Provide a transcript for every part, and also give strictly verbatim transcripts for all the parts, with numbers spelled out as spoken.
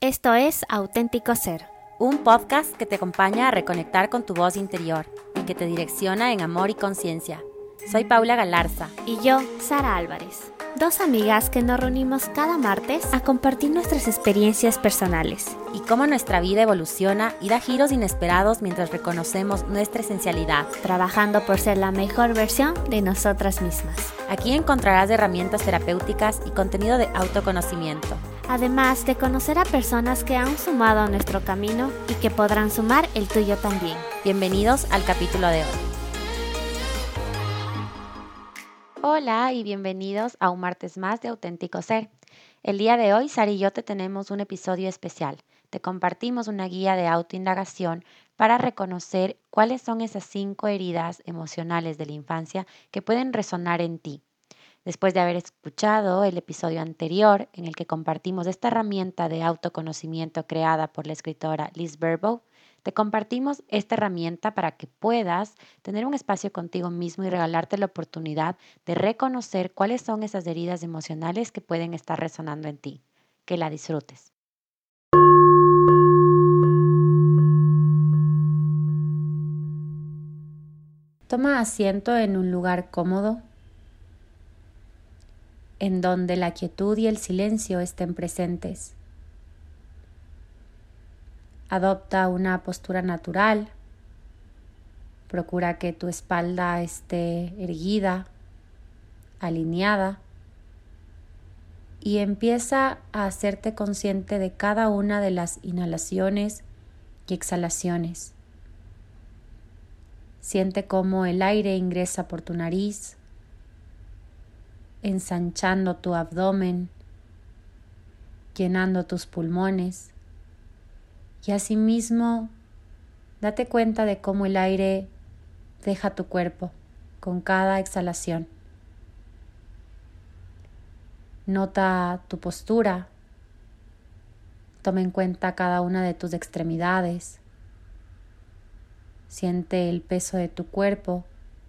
Esto es Auténtico Ser, un podcast que te acompaña a reconectar con tu voz interior y que te direcciona en amor y conciencia. Soy Paula Galarza. Y yo, Sara Álvarez. Dos amigas que nos reunimos cada martes a compartir nuestras experiencias personales. Y cómo nuestra vida evoluciona y da giros inesperados mientras reconocemos nuestra esencialidad. Trabajando por ser la mejor versión de nosotras mismas. Aquí encontrarás herramientas terapéuticas y contenido de autoconocimiento. Además de conocer a personas que han sumado a nuestro camino y que podrán sumar el tuyo también. Bienvenidos al capítulo de hoy. Hola y bienvenidos a un martes más de Auténtico Ser. El día de hoy, Sara y yo te tenemos un episodio especial. Te compartimos una guía de autoindagación para reconocer cuáles son esas cinco heridas emocionales de la infancia que pueden resonar en ti. Después de haber escuchado el episodio anterior en el que compartimos esta herramienta de autoconocimiento creada por la escritora Liz Bourbeau, te compartimos esta herramienta para que puedas tener un espacio contigo mismo y regalarte la oportunidad de reconocer cuáles son esas heridas emocionales que pueden estar resonando en ti. Que la disfrutes. Toma asiento en un lugar cómodo, en donde la quietud y el silencio estén presentes. Adopta una postura natural. Procura que tu espalda esté erguida, alineada, y empieza a hacerte consciente de cada una de las inhalaciones y exhalaciones. Siente cómo el aire ingresa por tu nariz, ensanchando tu abdomen, llenando tus pulmones. Y asimismo, date cuenta de cómo el aire deja tu cuerpo con cada exhalación. Nota tu postura. Toma en cuenta cada una de tus extremidades. Siente el peso de tu cuerpo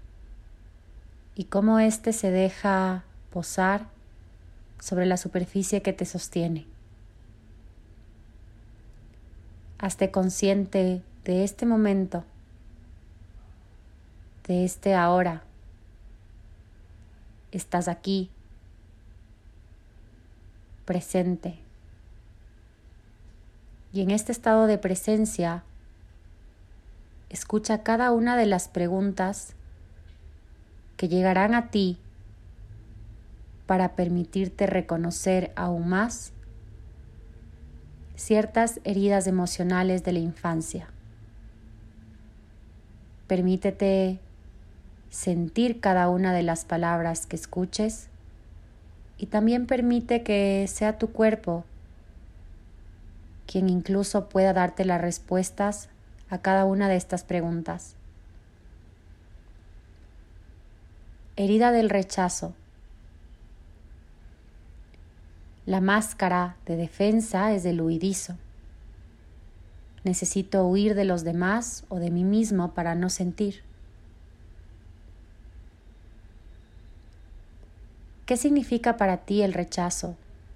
y cómo éste se deja posar sobre la superficie que te sostiene. Hazte consciente de este momento, de este ahora. Estás aquí, presente. Y en este estado de presencia, escucha cada una de las preguntas que llegarán a ti para permitirte reconocer aún más ciertas heridas emocionales de la infancia. Permítete sentir cada una de las palabras que escuches y también permite que sea tu cuerpo quien incluso pueda darte las respuestas a cada una de estas preguntas. Herida del rechazo. La máscara de defensa es del huidizo. Necesito huir de los demás o de mí mismo para no sentir. ¿Qué significa para ti el rechazo?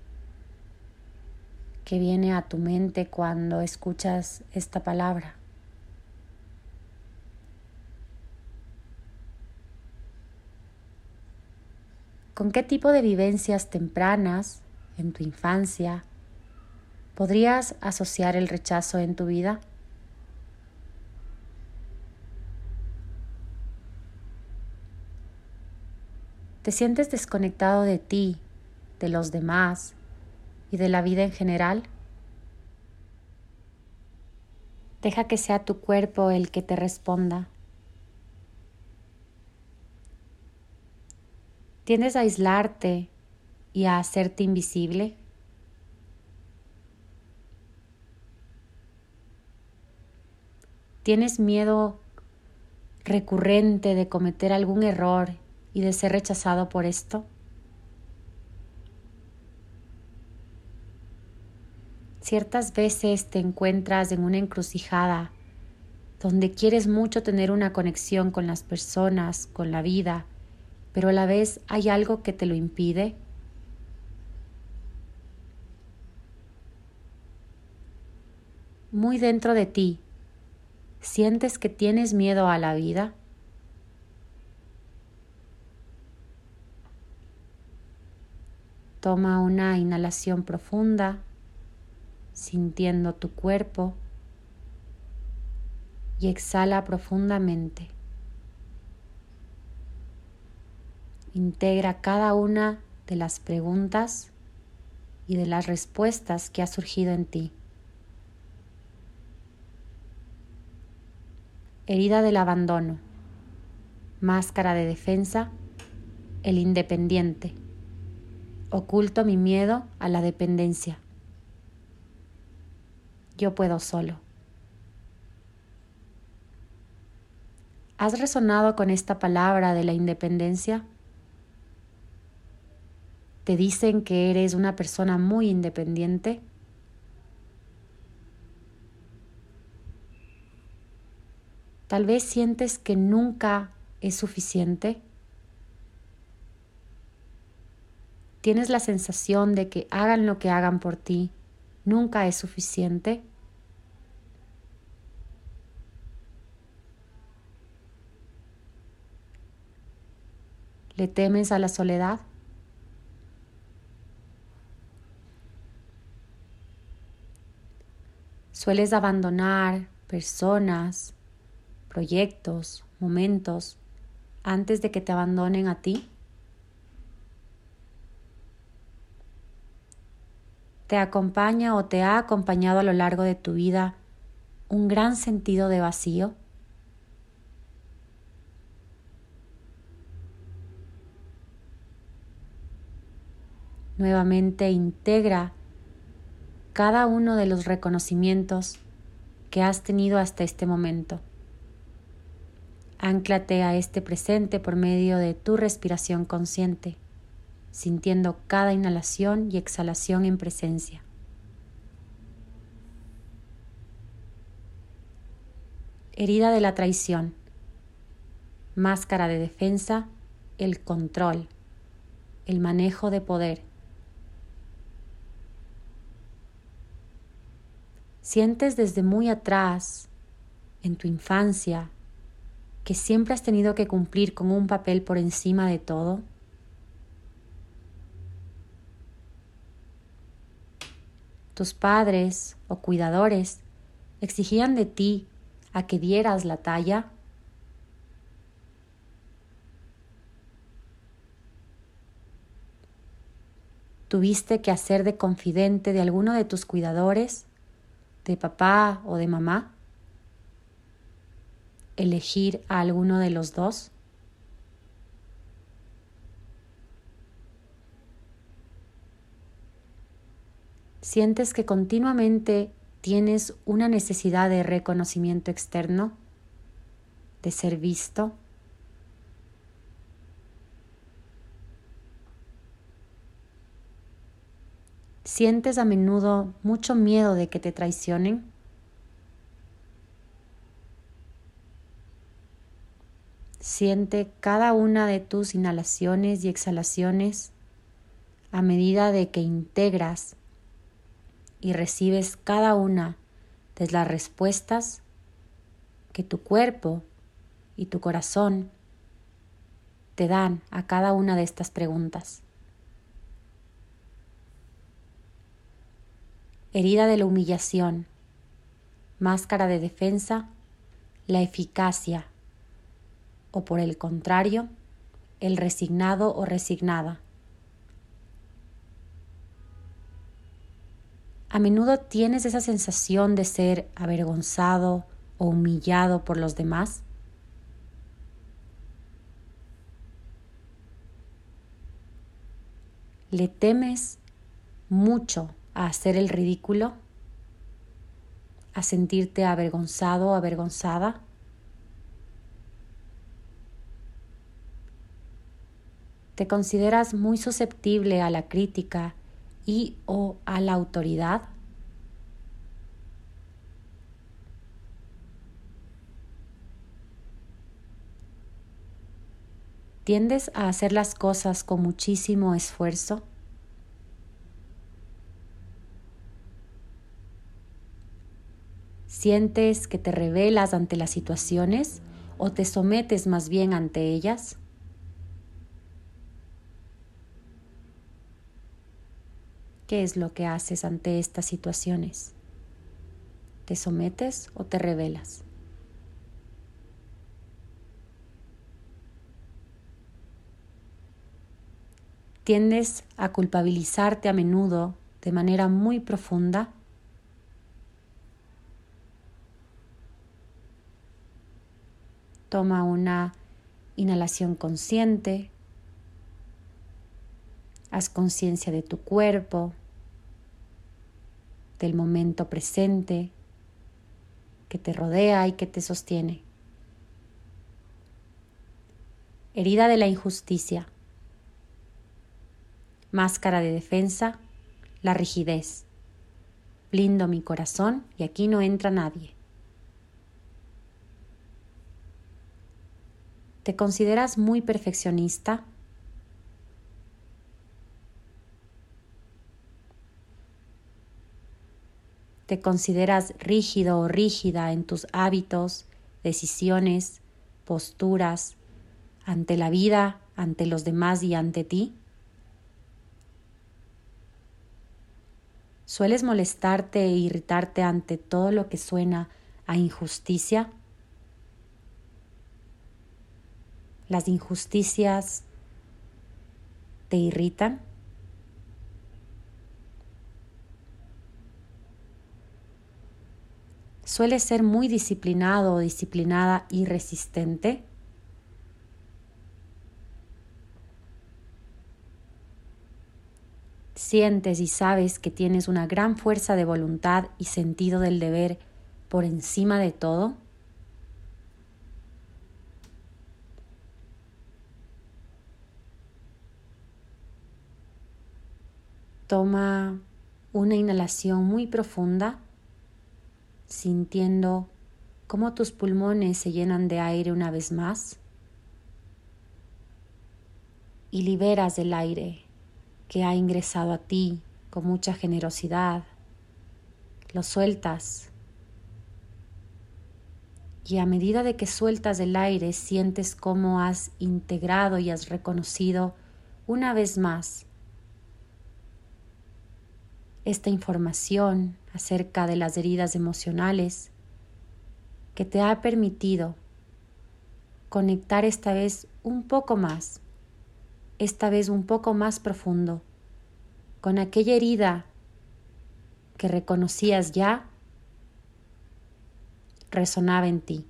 ¿Qué viene a tu mente cuando escuchas esta palabra? ¿Con qué tipo de vivencias tempranas en tu infancia podrías asociar el rechazo en tu vida? ¿Te sientes desconectado de ti, de los demás y de la vida en general? Deja que sea tu cuerpo el que te responda. ¿Tiendes a aislarte y a hacerte invisible? ¿Tienes miedo recurrente de cometer algún error y de ser rechazado por esto? Ciertas veces te encuentras en una encrucijada donde quieres mucho tener una conexión con las personas, con la vida, pero a la vez hay algo que te lo impide. muy dentro de ti, ¿sientes que tienes miedo a la vida? Toma una inhalación profunda, sintiendo tu cuerpo, y exhala profundamente. Integra cada una de las preguntas y de las respuestas que ha surgido en ti. Herida del abandono, máscara de defensa, el independiente. Oculto mi miedo a la dependencia. Yo puedo solo. ¿Has resonado con esta palabra de la independencia? ¿Te dicen que eres una persona muy independiente? Tal vez sientes que nunca es suficiente. ¿Tienes la sensación de que hagan lo que hagan por ti, nunca es suficiente? ¿Le temes a la soledad? ¿Sueles abandonar personas, proyectos, momentos antes de que te abandonen a ti? ¿Te acompaña o te ha acompañado a lo largo de tu vida un gran sentido de vacío? Nuevamente integra cada uno de los reconocimientos que has tenido hasta este momento. Ánclate a este presente por medio de tu respiración consciente, sintiendo cada inhalación y exhalación en presencia. Herida de la traición, máscara de defensa, el control, el manejo de poder. Sientes desde muy atrás, en tu infancia, que siempre has tenido que cumplir con un papel por encima de todo. Tus padres o cuidadores exigían de ti a que dieras la talla. ¿Tuviste que hacer de confidente de alguno de tus cuidadores, de papá o de mamá? ¿Elegir a alguno de los dos? ¿Sientes que continuamente tienes una necesidad de reconocimiento externo, de ser visto? ¿Sientes a menudo mucho miedo de que te traicionen? Siente cada una de tus inhalaciones y exhalaciones a medida de que integras y recibes cada una de las respuestas que tu cuerpo y tu corazón te dan a cada una de estas preguntas. Herida de la humillación, máscara de defensa, la eficacia, o por el contrario, el resignado o resignada. A menudo tienes esa sensación de ser avergonzado o humillado por los demás. ¿Le temes mucho a hacer el ridículo? ¿A sentirte avergonzado o avergonzada? ¿Te consideras muy susceptible a la crítica y o a la autoridad? ¿Tiendes a hacer las cosas con muchísimo esfuerzo? ¿Sientes que te rebelas ante las situaciones o te sometes más bien ante ellas? ¿Qué es lo que haces ante estas situaciones? ¿Te sometes o te rebelas? ¿Tiendes a culpabilizarte a menudo de manera muy profunda? Toma una inhalación consciente. Haz conciencia de tu cuerpo, del momento presente que te rodea y que te sostiene. Herida de la injusticia. Máscara de defensa, la rigidez. Blindo mi corazón y aquí no entra nadie. ¿Te consideras muy perfeccionista? ¿Te consideras rígido o rígida en tus hábitos, decisiones, posturas, ante la vida, ante los demás y ante ti? ¿Sueles molestarte e irritarte ante todo lo que suena a injusticia? ¿Las injusticias te irritan? ¿Sueles ser muy disciplinado o disciplinada y resistente? ¿Sientes y sabes que tienes una gran fuerza de voluntad y sentido del deber por encima de todo? Toma una inhalación muy profunda, sintiendo cómo tus pulmones se llenan de aire una vez más y liberas el aire que ha ingresado a ti con mucha generosidad. Lo sueltas y a medida de que sueltas el aire sientes cómo has integrado y has reconocido una vez más esta información acerca de las heridas emocionales que te ha permitido conectar esta vez un poco más, esta vez un poco más profundo, con aquella herida que reconocías ya resonaba en ti.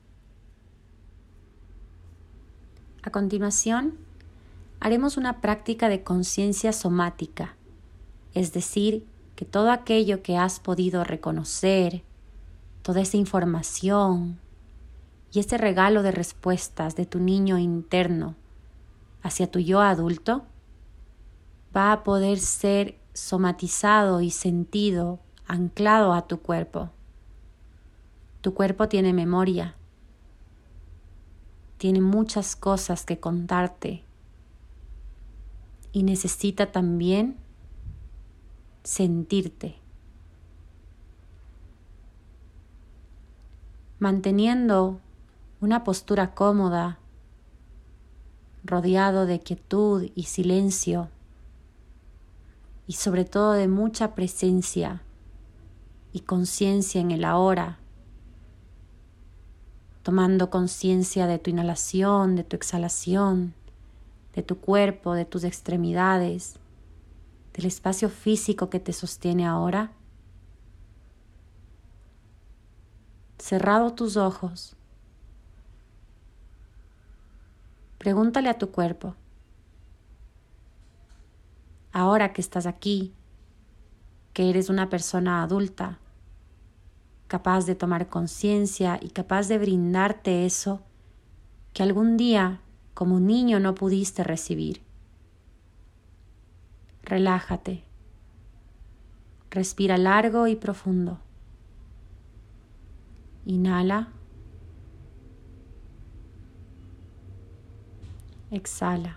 A continuación, haremos una práctica de conciencia somática, es decir, que todo aquello que has podido reconocer, toda esa información y ese regalo de respuestas de tu niño interno hacia tu yo adulto, va a poder ser somatizado y sentido, anclado a tu cuerpo. Tu cuerpo tiene memoria, tiene muchas cosas que contarte y necesita también sentirte. Manteniendo una postura cómoda, rodeado de quietud y silencio, y sobre todo de mucha presencia y conciencia en el ahora, tomando conciencia de tu inhalación, de tu exhalación, de tu cuerpo, de tus extremidades, del espacio físico que te sostiene ahora. Cerrado tus ojos, pregúntale a tu cuerpo, ahora que estás aquí, que eres una persona adulta, capaz de tomar conciencia y capaz de brindarte eso que algún día como niño no pudiste recibir. Relájate, respira largo y profundo. Inhala, exhala.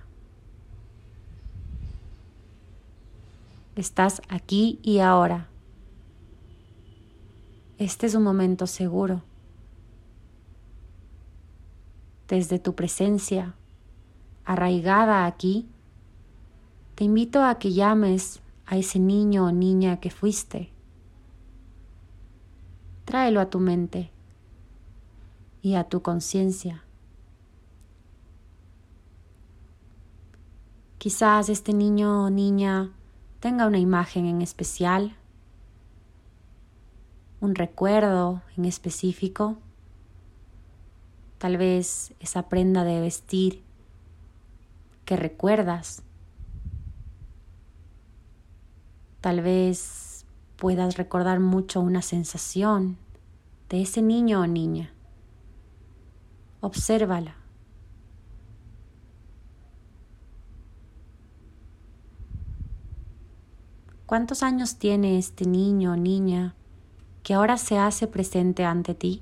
Estás aquí y ahora. Este es un momento seguro. Desde tu presencia, arraigada aquí, te invito a que llames a ese niño o niña que fuiste. Tráelo a tu mente y a tu conciencia. Quizás este niño o niña tenga una imagen en especial, un recuerdo en específico, tal vez esa prenda de vestir que recuerdas. Tal vez puedas recordar mucho una sensación de ese niño o niña. Obsérvala. ¿Cuántos años tiene este niño o niña que ahora se hace presente ante ti?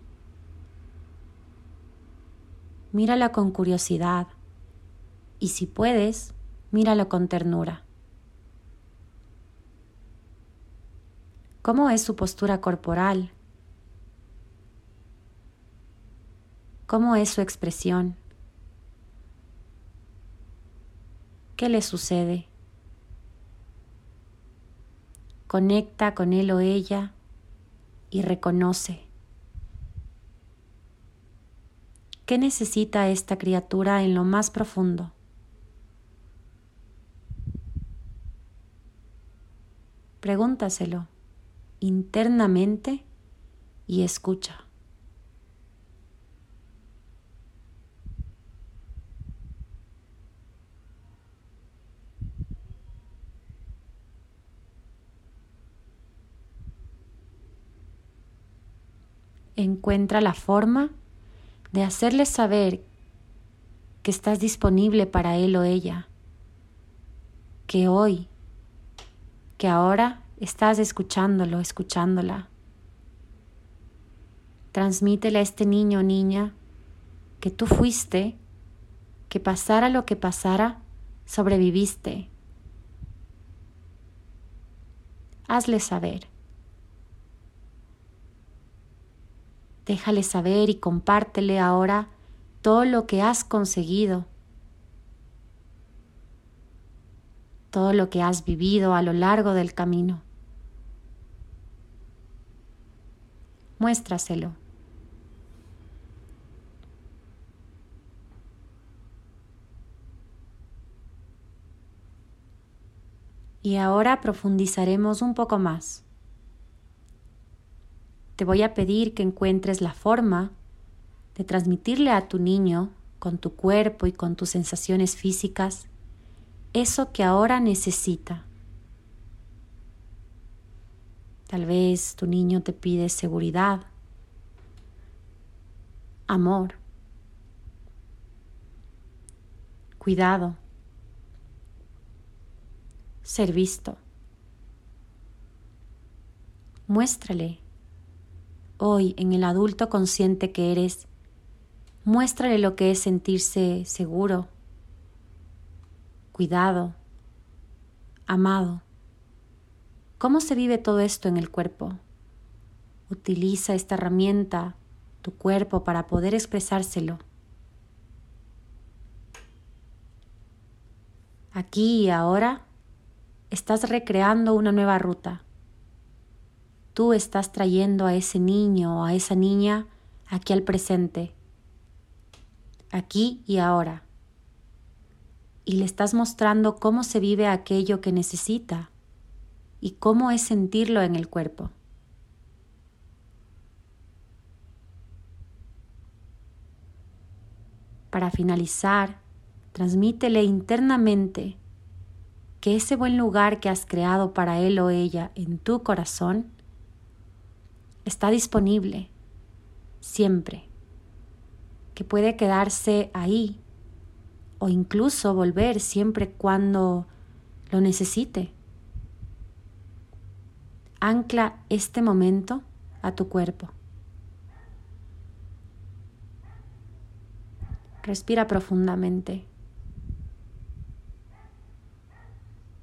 Mírala con curiosidad y si puedes, míralo con ternura. ¿Cómo es su postura corporal? ¿Cómo es su expresión? ¿Qué le sucede? Conecta con él o ella y reconoce. ¿Qué necesita esta criatura en lo más profundo? Pregúntaselo internamente y escucha. Encuentra la forma de hacerle saber que estás disponible para él o ella, que hoy, que ahora estás escuchándolo, escuchándola. Transmítele a este niño o niña que tú fuiste, que pasara lo que pasara, sobreviviste. Hazle saber. Déjale saber y compártele ahora todo lo que has conseguido, todo lo que has vivido a lo largo del camino. Muéstraselo. Y ahora profundizaremos un poco más. Te voy a pedir que encuentres la forma de transmitirle a tu niño, con tu cuerpo y con tus sensaciones físicas, eso que ahora necesita. Tal vez tu niño te pide seguridad, amor, cuidado, ser visto. Muéstrale. Hoy, en el adulto consciente que eres, muéstrale lo que es sentirse seguro, cuidado, amado. ¿Cómo se vive todo esto en el cuerpo? Utiliza esta herramienta, tu cuerpo, para poder expresárselo. Aquí y ahora estás recreando una nueva ruta. Tú estás trayendo a ese niño o a esa niña aquí al presente, aquí y ahora. Y le estás mostrando cómo se vive aquello que necesita y cómo es sentirlo en el cuerpo. Para finalizar, transmítele internamente que ese buen lugar que has creado para él o ella en tu corazón está disponible siempre, que puede quedarse ahí o incluso volver siempre cuando lo necesite. Ancla este momento a tu cuerpo. Respira profundamente.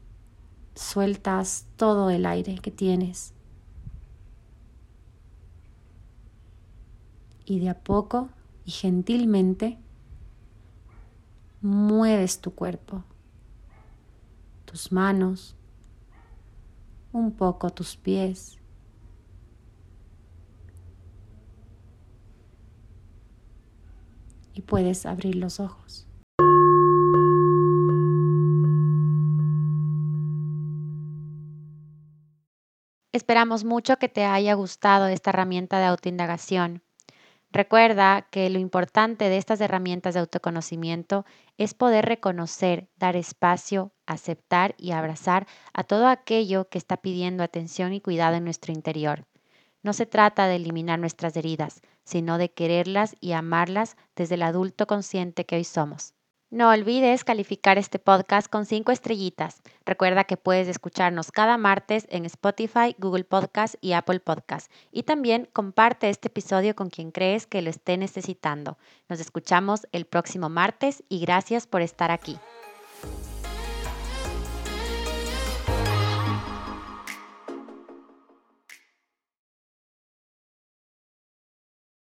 Sueltas todo el aire que tienes. Y de a poco y gentilmente mueves tu cuerpo, tus manos, un poco tus pies. Y puedes abrir los ojos. Esperamos mucho que te haya gustado esta herramienta de autoindagación. Recuerda que lo importante de estas herramientas de autoconocimiento es poder reconocer, dar espacio, aceptar y abrazar a todo aquello que está pidiendo atención y cuidado en nuestro interior. No se trata de eliminar nuestras heridas, sino de quererlas y amarlas desde el adulto consciente que hoy somos. No olvides calificar este podcast con cinco estrellitas. Recuerda que puedes escucharnos cada martes en Spotify, Google Podcast y Apple Podcast. Y también comparte este episodio con quien crees que lo esté necesitando. Nos escuchamos el próximo martes y gracias por estar aquí.